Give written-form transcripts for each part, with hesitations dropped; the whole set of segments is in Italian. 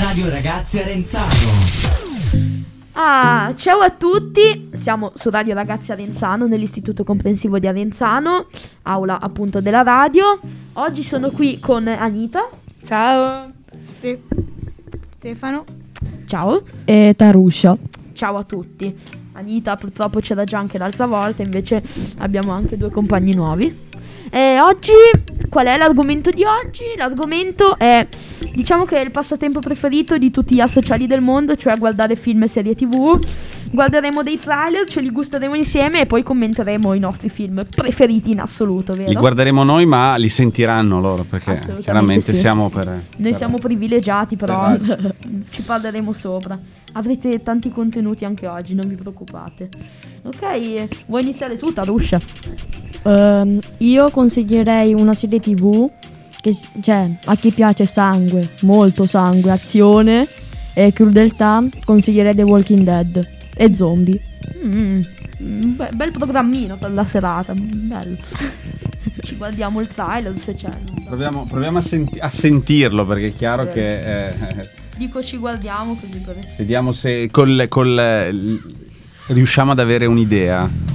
Radio Ragazzi Arenzano. Ciao a tutti, siamo su Radio Ragazzi Arenzano nell'Istituto Comprensivo di Arenzano, aula appunto della radio. Oggi sono qui con Anita. Ciao. Stefano. Ciao. E Taruscia. Ciao a tutti. Anita purtroppo c'era già anche l'altra volta, invece abbiamo anche due compagni nuovi. E oggi, qual è l'argomento di oggi? L'argomento è, diciamo che è il passatempo preferito di tutti gli asociali del mondo, cioè guardare film e serie TV. Guarderemo dei trailer, ce li gusteremo insieme e poi commenteremo i nostri film preferiti in assoluto, vero? Li guarderemo noi, ma li sentiranno loro, perché chiaramente sì. siamo per... Noi siamo privilegiati, però ci parleremo sopra. Avrete tanti contenuti anche oggi, non vi preoccupate. Ok, vuoi iniziare tu, Taruscia? Io consiglierei una serie TV che, cioè, a chi piace sangue, molto sangue, azione e crudeltà, consiglierei The Walking Dead e zombie. Bel programmino per la serata, bello. Ci guardiamo il trailer se c'è. Proviamo a sentirlo, perché è chiaro che... Dico ci guardiamo così per... Vediamo se riusciamo ad avere un'idea.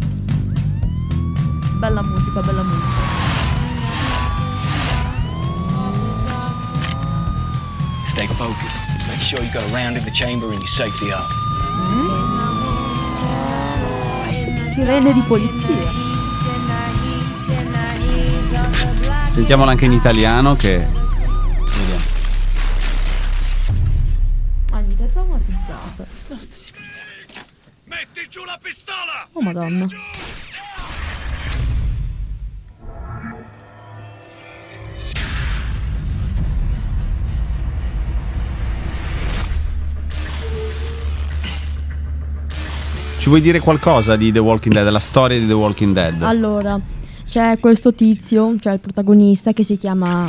Bella musica, bella musica. Stay focused. Make sure you go around in the chamber and you safely up. Sirene di polizia. Sentiamola anche in italiano che... Vediamo. Anita è traumatizzata. Metti giù la pistola! Oh madonna. Ci vuoi dire qualcosa di The Walking Dead, della storia di The Walking Dead? Allora, c'è questo tizio, cioè il protagonista, che si chiama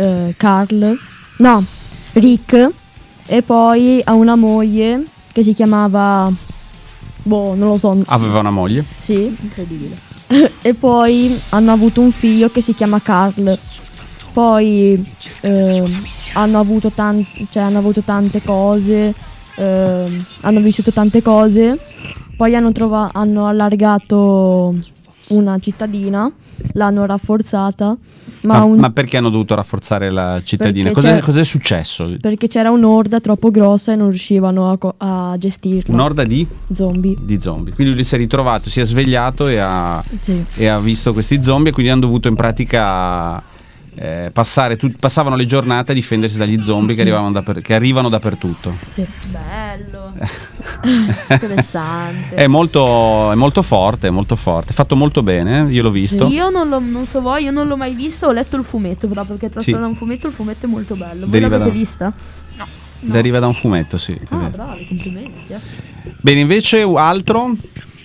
Rick, e poi ha una moglie che si chiamava... non lo so. Aveva una moglie? Sì. Incredibile. E poi hanno avuto un figlio che si chiama Carl. Poi hanno avuto tante cose, hanno vissuto tante cose. Poi hanno allargato una cittadina, l'hanno rafforzata. Ma perché hanno dovuto rafforzare la cittadina? Cos'è successo? Perché c'era un'orda troppo grossa e non riuscivano a gestirla. Un'orda di? Zombie. Di zombie. Quindi lui si è ritrovato, si è svegliato e ha visto questi zombie, e quindi hanno dovuto in pratica passavano le giornate a difendersi dagli zombie che arrivano dappertutto. Sì. Bello. Interessante. È molto forte, fatto molto bene, io l'ho visto. Io non l'ho mai visto, ho letto il fumetto, però perché tratta da un fumetto, il fumetto è molto bello. Voi l'avete vista? No. Deriva da un fumetto, sì. Bravi, complimenti. Bene, invece altro?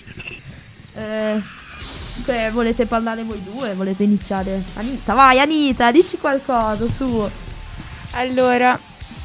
Volete parlare voi due? Volete iniziare? Anita, vai Anita, dici qualcosa, su. Allora,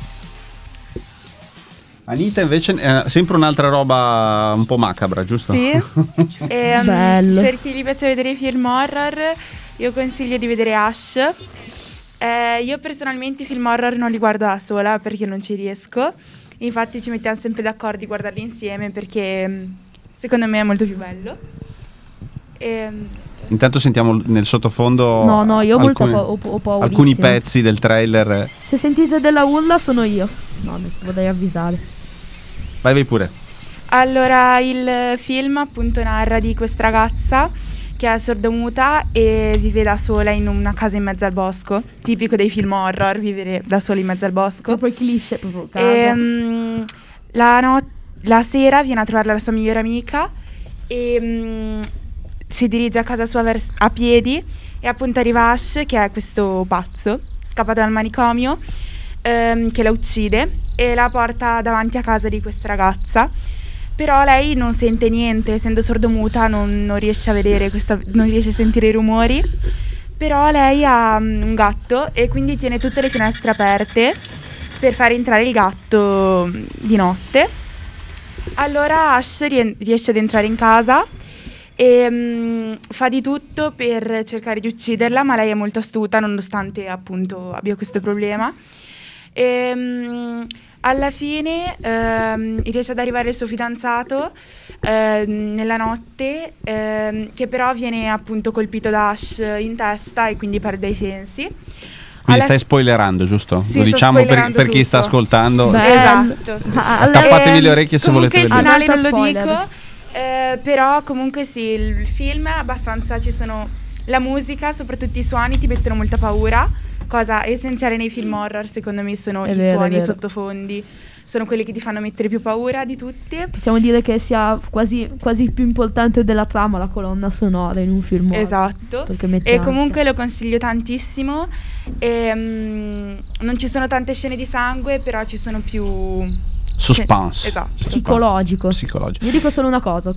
Anita invece è sempre un'altra roba un po' macabra, giusto? sì. Bello. Per chi gli piace vedere i film horror, io consiglio di vedere Ash. Io personalmente i film horror non li guardo da sola perché non ci riesco. Infatti ci mettiamo sempre d'accordo di guardarli insieme perché secondo me è molto più bello. Intanto sentiamo nel sottofondo io ho paura. Alcuni pezzi del trailer. Se sentite della urla sono io. No, vorrei avvisare. Vai pure. Allora, il film appunto narra di questa ragazza che è sordomuta e vive da sola in una casa in mezzo al bosco. Tipico dei film horror, vivere da sola in mezzo al bosco. Proprio il cliché, proprio casa. La sera viene a trovarla la sua migliore amica e si dirige a casa sua a piedi, e appunto arriva Ash, che è questo pazzo scappato dal manicomio, che la uccide e la porta davanti a casa di questa ragazza. Però lei non sente niente, essendo sordomuta non riesce a vedere non riesce a sentire i rumori. Però lei ha un gatto e quindi tiene tutte le finestre aperte per far entrare il gatto di notte. Allora Ash riesce ad entrare in casa e fa di tutto per cercare di ucciderla, ma lei è molto astuta nonostante appunto abbia questo problema. Alla fine riesce ad arrivare il suo fidanzato nella notte, che però viene appunto colpito da Ash in testa e quindi perde i sensi. Quindi stai spoilerando, giusto? Sì, lo sto diciamo per chi tutto. sta ascoltando. Esatto. Tappatevi le orecchie se volete il vedere. finale non lo Spoiler. dico, però comunque sì, il film è abbastanza, ci sono la musica, soprattutto i suoni ti mettono molta paura, cosa essenziale nei film horror secondo me sono È i vero, è suoni, i vero. sottofondi, sono quelli che ti fanno mettere più paura di tutti. Possiamo dire che sia quasi più importante della trama la colonna sonora in un film horror. Esatto, Perché mette e ansia. comunque lo consiglio tantissimo. Non ci sono tante scene di sangue, però ci sono più Suspense. Esatto. Psicologico. Psicologico. Io dico solo una cosa.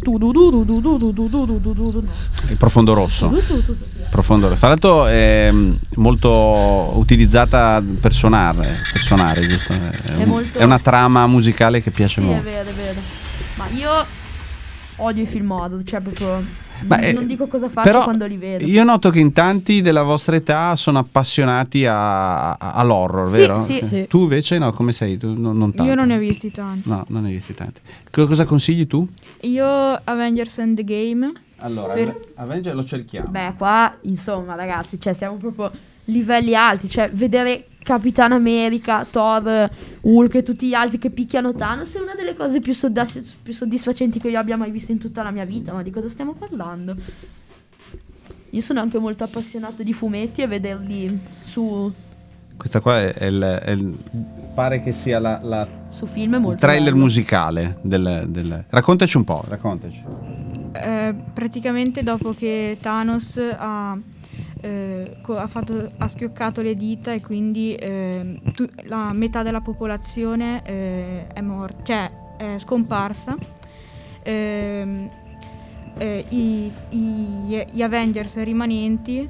Il profondo rosso. Profondo rosso. Tra l'altro è molto utilizzata per suonare, giusto? molto- È una trama musicale che piace Sì, è molto. vero, è vero. Ma io odio i film horror, cioè proprio non dico cosa faccio però quando li vedo. Io noto che in tanti della vostra età sono appassionati all'horror, Sì, vero? sì. Sì. Tu invece no, come sei? Tu non tanto. Io non ne ho visti tanti. No, non ne hai visti tanti. Cosa consigli tu? Io Avengers Endgame. Allora, Avenger lo cerchiamo. Beh, qua insomma, ragazzi, cioè siamo proprio livelli alti, cioè vedere Capitan America, Thor, Hulk e tutti gli altri che picchiano Thanos è una delle cose più soddisfacenti che io abbia mai visto in tutta la mia vita. Ma di cosa stiamo parlando? Io sono anche molto appassionato di fumetti e vederli su Questa qua pare che sia su film è molto il trailer bello. musicale Raccontaci un po', raccontaci. Praticamente dopo che Thanos ha schioccato le dita e quindi la metà della popolazione è morta, cioè è scomparsa. Gli Avengers rimanenti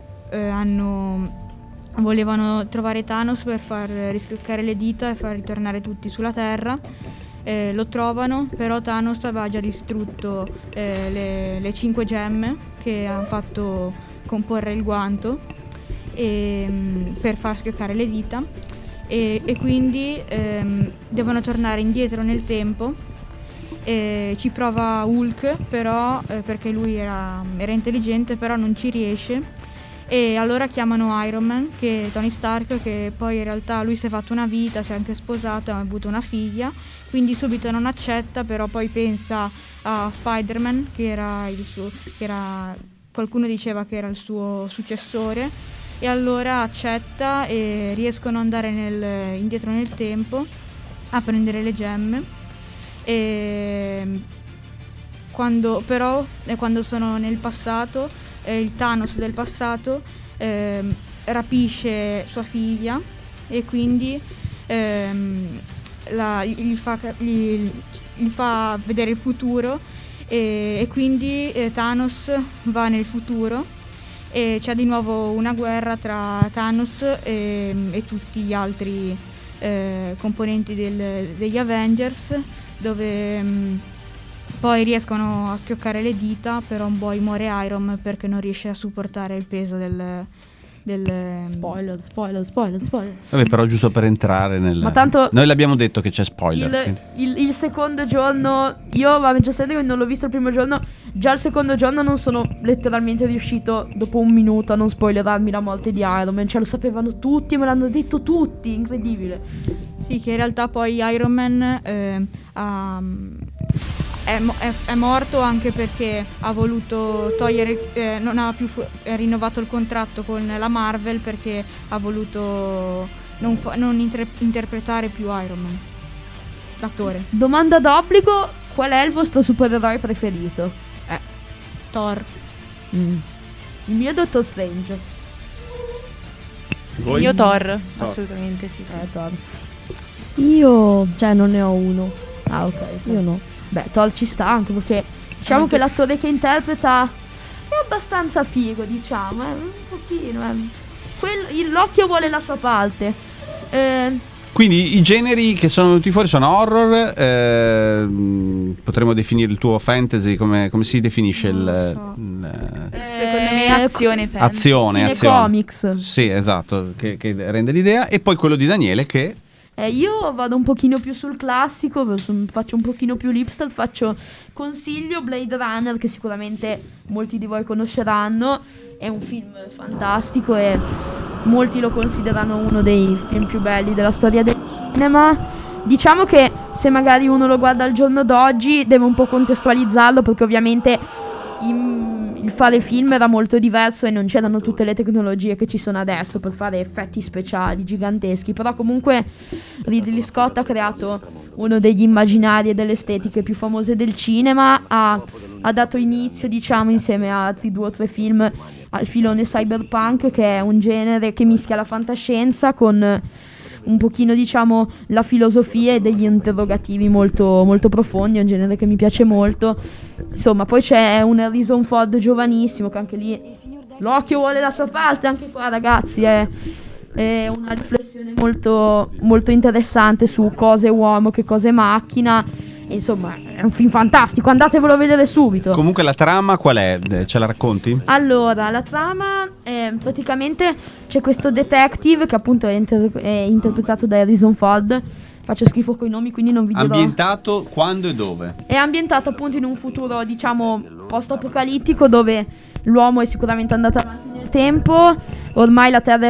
volevano trovare Thanos per far riscioccare le dita e far ritornare tutti sulla Terra. Lo trovano, però Thanos aveva già distrutto le 5 gemme che hanno fatto comporre il guanto per far schioccare le dita e quindi devono tornare indietro nel tempo. Ci prova Hulk però perché lui era intelligente, però non ci riesce, e allora chiamano Iron Man, che è Tony Stark, che poi in realtà lui si è fatto una vita, si è anche sposato, ha avuto una figlia, quindi subito non accetta, però poi pensa a Spider-Man che era qualcuno diceva che era il suo successore, e allora accetta e riescono ad andare indietro nel tempo a prendere le gemme. E quando sono nel passato, il Thanos del passato rapisce sua figlia e quindi gli fa vedere il futuro, e quindi Thanos va nel futuro e c'è di nuovo una guerra tra Thanos e tutti gli altri componenti degli Avengers, dove poi riescono a schioccare le dita, però poi muore Iron Man perché non riesce a supportare il peso del Spoiler. Vabbè, però giusto per entrare Ma tanto noi l'abbiamo detto che c'è spoiler. il secondo giorno, io Avengers Endgame non l'ho visto il primo giorno, già il secondo giorno non sono letteralmente riuscito dopo un minuto a non spoilerarmi la morte di Iron Man, cioè lo sapevano tutti, me l'hanno detto tutti, incredibile. Sì, che in realtà poi Iron Man è morto anche perché ha voluto togliere, non ha più rinnovato il contratto con la Marvel perché ha voluto non interpretare più Iron Man, l'attore. Domanda d'obbligo: qual è il vostro supereroe preferito? Thor. Il mio è Doctor Strange. Il mio Thor, assolutamente sì. Thor. Io, cioè, non ne ho uno. Ah, ok. Io no. Beh, Thor ci sta anche perché diciamo che l'attore che interpreta è abbastanza figo, diciamo, un pochino. L'occhio vuole la sua parte. Quindi i generi che sono venuti fuori sono horror, potremmo definire il tuo fantasy, come si definisce Secondo me azione, azione. Comics. Sì, esatto, che rende l'idea. E poi quello di Daniele che Io vado un pochino più sul classico, faccio un pochino più l'hipster, consiglio Blade Runner, che sicuramente molti di voi conosceranno. È un film fantastico e molti lo considerano uno dei film più belli della storia del cinema. Diciamo che se magari uno lo guarda al giorno d'oggi deve un po' contestualizzarlo, perché ovviamente il fare film era molto diverso e non c'erano tutte le tecnologie che ci sono adesso per fare effetti speciali giganteschi. Però comunque Ridley Scott ha creato uno degli immaginari e delle estetiche più famose del cinema, ha dato inizio, diciamo, insieme a altri 2 o 3 film, al filone cyberpunk, che è un genere che mischia la fantascienza con un pochino, diciamo, la filosofia e degli interrogativi molto, molto profondi. È un genere che mi piace molto. Insomma, poi c'è un Harrison Ford giovanissimo, che anche lì l'occhio vuole la sua parte. Anche qua, ragazzi, è una riflessione molto, molto interessante su cosa è uomo, che cosa è macchina. Insomma, è un film fantastico, andatevelo a vedere subito. Comunque la trama qual è? Ce la racconti? Allora, la trama è praticamente c'è questo detective che appunto è interpretato da Harrison Ford. Faccio schifo coi nomi, quindi non vi dirò. Ambientato quando e dove? È ambientato appunto in un futuro, diciamo, post-apocalittico, dove l'uomo è sicuramente andato avanti nel tempo. Ormai la Terra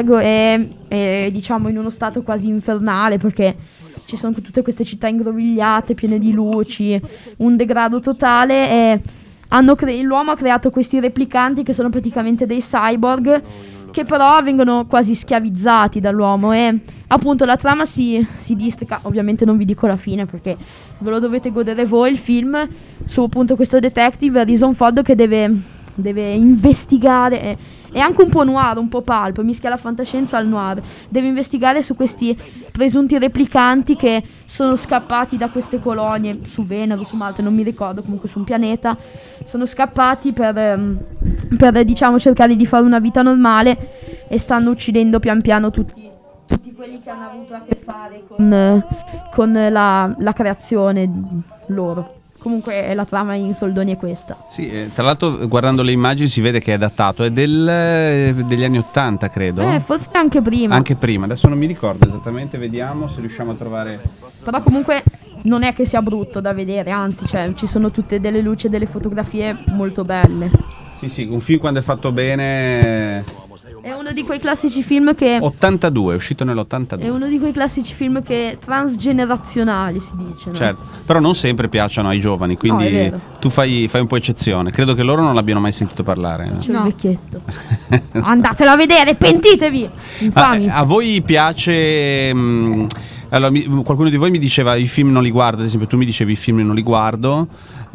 è diciamo in uno stato quasi infernale, perché ci sono tutte queste città ingrovigliate, piene di luci, un degrado totale, e l'uomo ha creato questi replicanti che sono praticamente dei cyborg, che però vengono quasi schiavizzati dall'uomo, e appunto la trama si districa, ovviamente non vi dico la fine perché ve lo dovete godere voi, il film, su appunto questo detective Harrison Ford che deve investigare. È anche un po' noir, un po' pulp, mischia la fantascienza al noir. Deve investigare su questi presunti replicanti che sono scappati da queste colonie su Venere, su Marte, non mi ricordo, comunque su un pianeta. Sono scappati per diciamo cercare di fare una vita normale, e stanno uccidendo pian piano tutti quelli che hanno avuto a che fare con la creazione loro. Comunque la trama in soldoni è questa. Sì, tra l'altro guardando le immagini si vede che è datato, è degli anni 80 credo. Forse anche prima. Anche prima, adesso non mi ricordo esattamente, vediamo se riusciamo a trovare. Però comunque non è che sia brutto da vedere, anzi, cioè, ci sono tutte delle luci e delle fotografie molto belle. Sì, un film quando è fatto bene. È uno di quei classici film che 82, è uscito nell'82. È uno di quei classici film che transgenerazionali si dice, no? Certo, però non sempre piacciono ai giovani, quindi tu fai un po' eccezione. Credo che loro non l'abbiano mai sentito parlare. C'è il vecchietto. Andatelo a vedere, pentitevi, infami. A voi piace allora, qualcuno di voi mi diceva i film non li guardo, ad esempio tu mi dicevi i film non li guardo,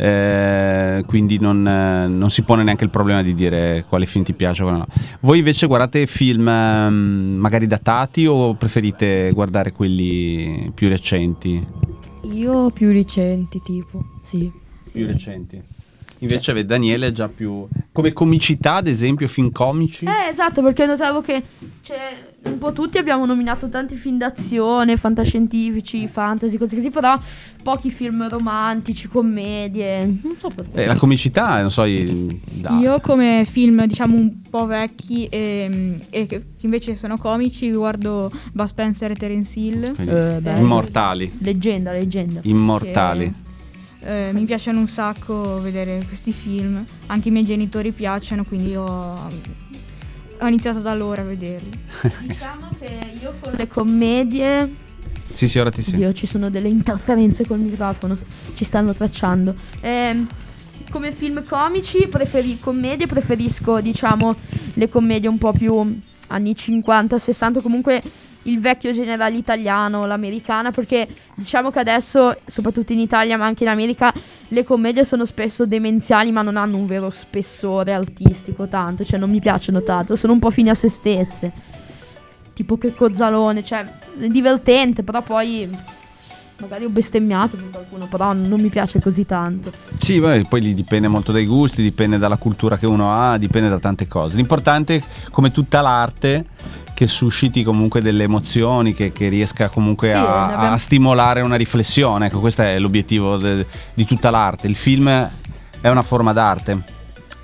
quindi non si pone neanche il problema di dire quale film ti piace o quale no. Voi invece guardate film magari datati o preferite guardare quelli più recenti? Io più recenti, tipo, sì. Più recenti. Invece Daniele è già più come comicità, ad esempio, film comici. Esatto, perché notavo che un po' tutti abbiamo nominato tanti film d'azione, fantascientifici, fantasy, cose così, però pochi film romantici, commedie, non so perché. La comicità, non so. Io come film, diciamo, un po' vecchi e che invece sono comici, guardo Bud Spencer e Terence Hill. Immortali. Leggenda. Immortali. Mi piacciono un sacco vedere questi film, anche i miei genitori piacciono, quindi ho iniziato da allora a vederli. Diciamo che io con le commedie Sì, ora ti sento. Ci sono delle interferenze col microfono, ci stanno tracciando. Come film comici preferisco, diciamo, le commedie un po' più anni 50-60, comunque il vecchio generale italiano, l'americana, perché diciamo che adesso, soprattutto in Italia ma anche in America, le commedie sono spesso demenziali ma non hanno un vero spessore artistico tanto, cioè non mi piacciono tanto, sono un po' fini a se stesse, tipo che Cozzalone, cioè è divertente, però poi magari ho bestemmiato per qualcuno, però non mi piace così tanto. Sì, poi lì dipende molto dai gusti, dipende dalla cultura che uno ha, dipende da tante cose. L'importante, come tutta l'arte, che susciti comunque delle emozioni, che riesca comunque a stimolare una riflessione. Ecco, questo è l'obiettivo di tutta l'arte. Il film è una forma d'arte.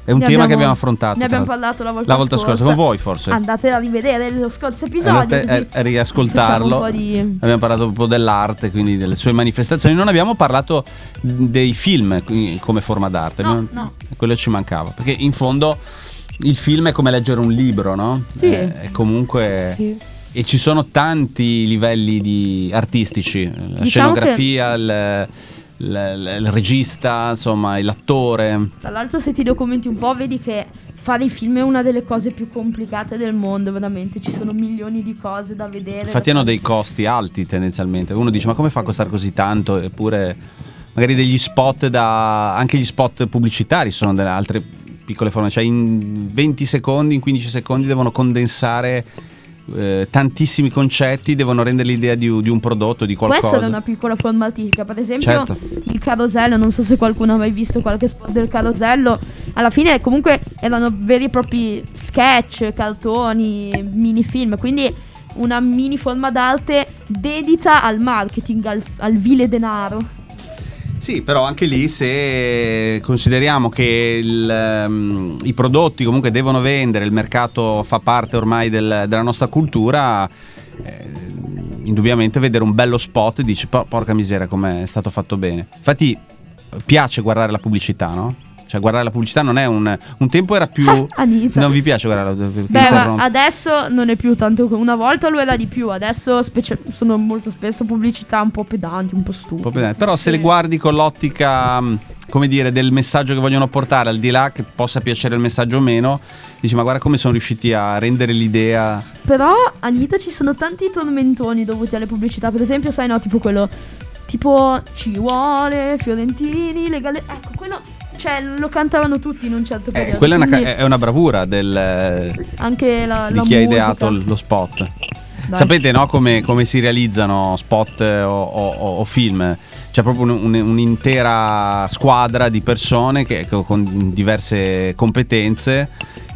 È un tema che abbiamo affrontato. Ne abbiamo parlato la volta scorsa. Con voi forse. Andate a rivedere lo scorso episodio. Andate a riascoltarlo. Abbiamo parlato un po' dell'arte, quindi delle sue manifestazioni. Non abbiamo parlato dei film come forma d'arte. No. Quello ci mancava. Perché in fondo il film è come leggere un libro, no? Sì. È comunque... Sì. E ci sono tanti livelli artistici. La scenografia, il regista, insomma, l'attore. Tra l'altro, se ti documenti un po', vedi che fare i film è una delle cose più complicate del mondo, veramente. Ci sono milioni di cose da vedere. Infatti hanno dei costi alti tendenzialmente. Uno dice: ma come fa a costare così tanto? Eppure magari degli spot anche gli spot pubblicitari sono delle altre piccole forme. Cioè in 20 secondi, in 15 secondi devono condensare tantissimi concetti, devono rendere l'idea di un prodotto, di qualcosa. Questa è una piccola forma artistica. Per esempio, certo, il carosello, non so se qualcuno ha mai visto qualche spot del carosello. Alla fine comunque erano veri e propri sketch, cartoni, mini film, quindi una mini forma d'arte dedita al marketing, al vile denaro. Sì, però anche lì, se consideriamo che i prodotti comunque devono vendere, il mercato fa parte ormai della nostra cultura, indubbiamente vedere un bello spot dici: porca miseria, come è stato fatto bene. Infatti piace guardare la pubblicità, no? Cioè guardare la pubblicità non è un tempo era più Anita. Non vi piace guardare Beh, ma adesso non è più tanto, una volta lo era di più, adesso sono molto spesso pubblicità un po' pedanti, un po' stupide. Però se le guardi con l'ottica, come dire, del messaggio che vogliono portare, al di là che possa piacere il messaggio o meno, dici: ma guarda come sono riusciti a rendere l'idea. Però, Anita, ci sono tanti tormentoni dovuti alle pubblicità. Per esempio, sai, no, tipo quello tipo ci vuole Fiorentini legale, ecco, quello, cioè lo cantavano tutti in un certo periodo. Quella è una bravura anche di chi ha ideato lo spot. Dai. Sapete, no, come si realizzano spot o film? C'è proprio un'intera squadra di persone con diverse competenze.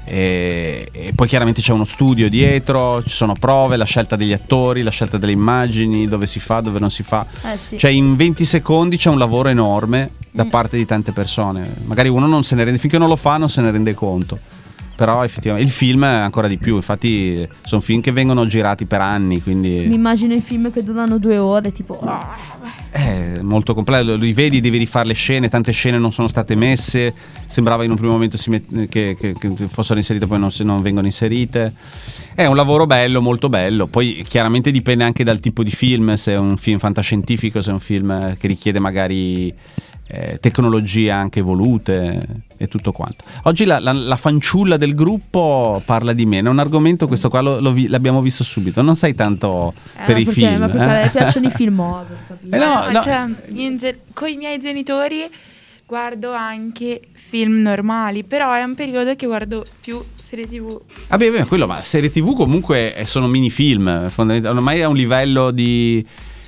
E poi chiaramente c'è uno studio dietro, ci sono prove, la scelta degli attori, la scelta delle immagini, dove si fa, dove non si fa. Sì. Cioè in 20 secondi c'è un lavoro enorme da parte di tante persone. Magari uno non se ne rende, finché non lo fa non se ne rende conto. Però effettivamente il film è ancora di più. Infatti sono film che vengono girati per anni, quindi mi immagino i film che durano 2 ore, tipo è molto complesso. Li vedi, devi rifare le scene, tante scene non sono state messe. Sembrava in un primo momento che fossero inserite, poi non vengono inserite. È un lavoro bello, molto bello. Poi chiaramente dipende anche dal tipo di film, se è un film fantascientifico, se è un film che richiede magari tecnologie anche evolute e tutto quanto. Oggi la fanciulla del gruppo parla di me. È un argomento, questo qua l'abbiamo visto subito. Non sei tanto per i film, ma perché le piacciono i film horror, no. Cioè, con i miei genitori guardo anche film normali, però è un periodo che guardo più serie TV. Vabbè, quello, ma serie TV comunque sono mini film, ormai è un livello di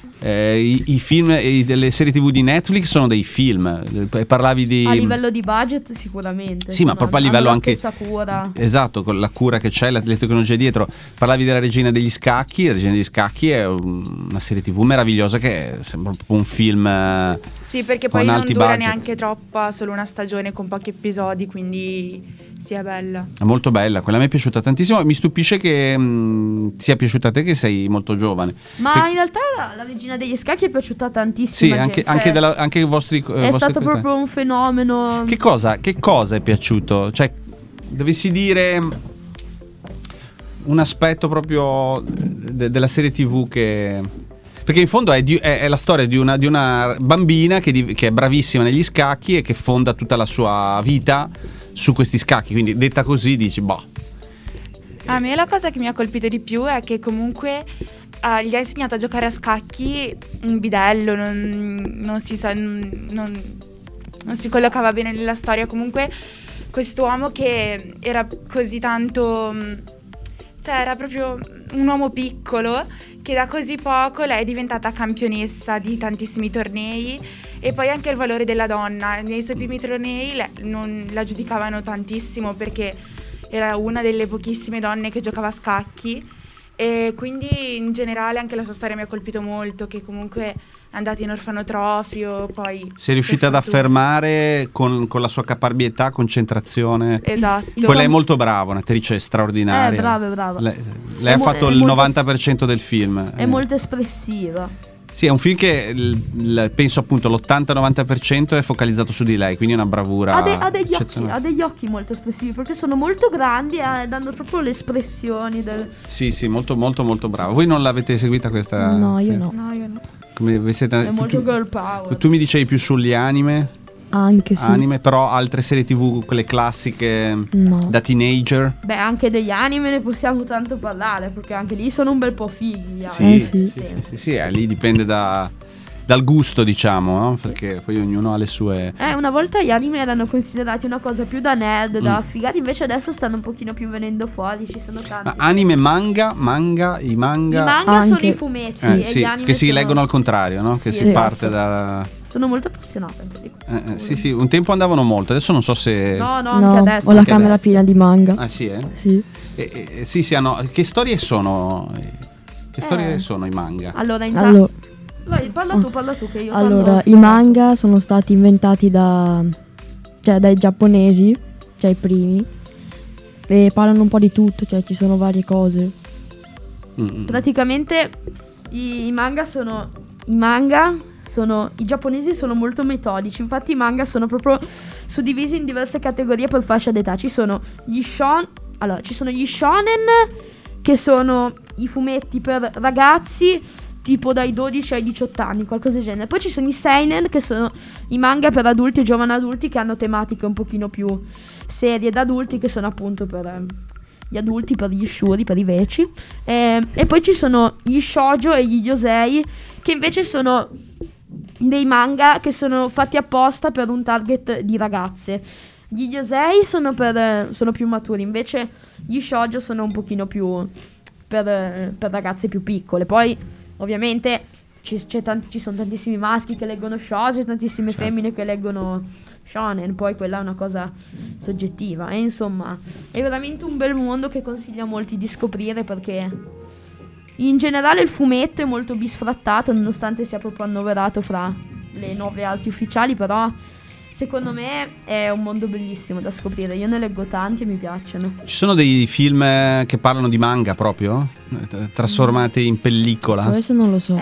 i film delle serie TV di Netflix sono dei film. Parlavi di a livello di budget sicuramente. Sì, ma proprio a livello anche stessa cura. Esatto, con la cura che c'è, le tecnologie dietro. Parlavi della Regina degli Scacchi. La Regina degli Scacchi è una serie TV meravigliosa che sembra proprio un film. Sì, perché poi non dura neanche troppa, solo una stagione con pochi episodi, quindi sia bella. È molto bella, quella mi è piaciuta tantissimo. Mi stupisce che sia piaciuta a te, che sei molto giovane. Ma in realtà la Regina degli Scacchi è piaciuta tantissimo. Sì, anche i vostri. È stato proprio un fenomeno. Che cosa è piaciuto? Cioè, dovessi dire un aspetto proprio della serie TV che. Perché in fondo è la storia di una bambina che è bravissima negli scacchi e che fonda tutta la sua vita su questi scacchi. Quindi detta così dici, boh. A me la cosa che mi ha colpito di più è che comunque gli ha insegnato a giocare a scacchi un bidello, non si collocava bene nella storia. Comunque quest'uomo che era così tanto, cioè era proprio un uomo piccolo, che da così poco lei è diventata campionessa di tantissimi tornei. E poi anche il valore della donna. Nei suoi primi tornei non la giudicavano tantissimo, perché era una delle pochissime donne che giocava a scacchi, E quindi in generale anche la sua storia mi ha colpito molto, che comunque è andata in orfanotrofio, poi Si è riuscita ad affermare con la sua caparbietà, concentrazione. Esatto. Quella è molto brava, un'attrice straordinaria. Brava. Lei ha fatto il 90% del film. È molto espressiva. Sì, è un film che penso appunto l'80-90% è focalizzato su di lei, quindi è una bravura. Ha degli eccezionale. occhi molto espressivi, perché sono molto grandi e danno proprio le espressioni del... Sì, molto molto molto brava. Voi non l'avete seguita questa? No, io sì. no. No, io no. Come vi siete... È molto girl power. Tu mi dicevi più sugli anime. Anche sì. Anime, però altre serie TV, quelle classiche No. da teenager. Beh, anche degli anime ne possiamo tanto parlare, perché anche lì sono un bel po' fighi gli anime. Sì, lì dipende dal gusto, diciamo, no? Perché poi ognuno ha le sue. Una volta gli anime erano considerati una cosa più da nerd, da sfigati, invece adesso stanno un pochino più venendo fuori, ci sono tanti. Anime, manga, i manga. I manga Anche. sono i fumetti e Sì, gli anime che si sono... leggono al contrario, no? Che Sì, si esatto. parte da. Sono molto appassionata anche di questo. Sì, un tempo andavano molto, adesso non so se. No, No, anche adesso. ho la Anche camera adesso. piena di manga. Ah, sì, Sì. Sì, hanno. Che storie sono? Che storie sono i manga? Allora, vai, parla tu che io Allora, parlo. i manga sono stati inventati dai giapponesi, cioè i primi, e parlano un po' di tutto, cioè ci sono varie cose. Praticamente i giapponesi sono molto metodici, infatti i manga sono proprio suddivisi in diverse categorie per fascia d'età. Ci sono gli shonen, che sono i fumetti per ragazzi tipo dai 12 ai 18 anni, qualcosa del genere. Poi ci sono i seinen, che sono i manga per adulti e giovani adulti, che hanno tematiche un pochino più serie da adulti, che sono appunto per gli adulti, per gli shuri, per i veci. E poi ci sono gli shoujo e gli yosei, che invece sono dei manga che sono fatti apposta per un target di ragazze. Gli yosei sono più maturi, invece gli shoujo sono un pochino più per ragazze più piccole. Poi ovviamente ci sono tantissimi maschi che leggono shoujo e tantissime femmine che leggono shonen, poi quella è una cosa soggettiva. E insomma è veramente un bel mondo che consiglio a molti di scoprire, perché in generale il fumetto è molto bisfrattato, nonostante sia proprio annoverato fra le 9 arti ufficiali, però secondo me è un mondo bellissimo da scoprire. Io ne leggo tanti e mi piacciono. Ci sono dei film che parlano di manga proprio? Trasformati in pellicola? Questo non lo so.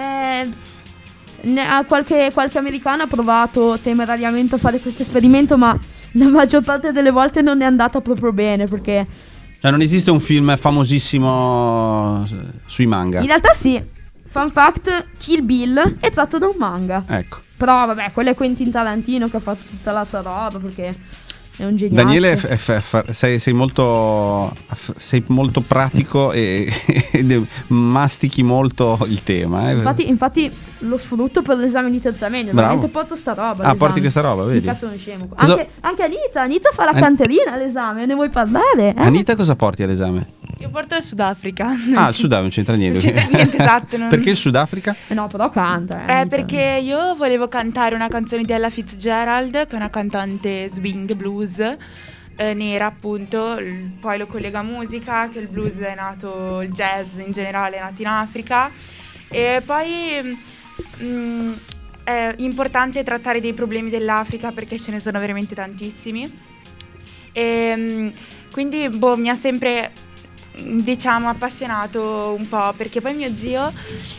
Qualche americano ha provato temerariamente a fare questo esperimento, ma la maggior parte delle volte non è andata proprio bene, perché Cioè non esiste un film famosissimo sui manga? in realtà sì. Fun fact: Kill Bill è tratto da un manga. Ecco. Però vabbè, quello è Quentin Tarantino che ha fatto tutta la sua roba, perché è un geniale. Daniele, sei molto pratico e mastichi molto il tema. Infatti lo sfrutto per l'esame di terza media. Bravo. Veramente porto sta roba. Ah, all'esame. porti questa roba, vedi? Mica sono scemo. Cosa- Anche Anita fa la canterina all'esame. Ne vuoi parlare? Anita, cosa porti all'esame? Io porto il Sudafrica. Ah, il Sudafrica non c'entra niente. Non c'entra niente, esatto. Perché il Sudafrica? No, però canta. Anita. Perché io volevo cantare una canzone di Ella Fitzgerald, che è una cantante swing blues nera, appunto. Poi lo collega a musica, che il blues è nato, il jazz in generale è nato in Africa. E poi è importante trattare dei problemi dell'Africa, perché ce ne sono veramente tantissimi. E quindi mi ha sempre, diciamo, appassionato un po', perché poi mio zio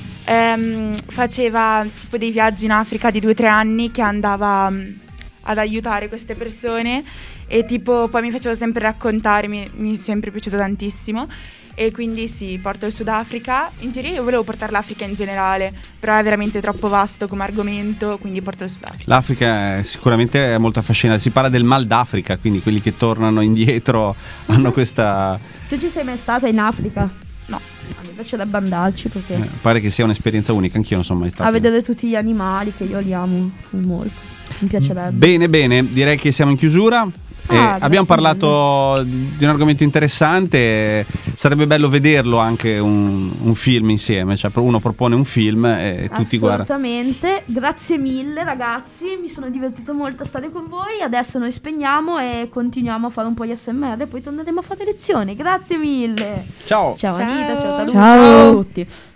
faceva tipo dei viaggi in Africa di 2 o 3 anni, che andava ad aiutare queste persone, e tipo poi mi facevo sempre raccontare, mi è sempre piaciuto tantissimo, e quindi sì, porto il Sudafrica. In teoria io volevo portare l'Africa in generale, però è veramente troppo vasto come argomento, quindi porto il Sudafrica. L'Africa è molto affascinante. Si parla del mal d'Africa, quindi quelli che tornano indietro hanno questa... Tu ci sei mai stata in Africa? No. A me piacerebbe andarci, perché pare che sia un'esperienza unica. Anch'io non sono mai stato. a vedere tutti gli animali, che io li amo molto. Mi piacerebbe. Bene, direi che siamo in chiusura. Abbiamo parlato di un argomento interessante, sarebbe bello vederlo anche un film insieme, cioè uno propone un film e tutti guardano. Assolutamente, grazie mille ragazzi, mi sono divertito molto a stare con voi, adesso noi spegniamo e continuiamo a fare un po' di ASMR e poi torneremo a fare lezioni, grazie mille. Ciao. Ciao Anita, ciao Tarucci, Ciao. a tutti.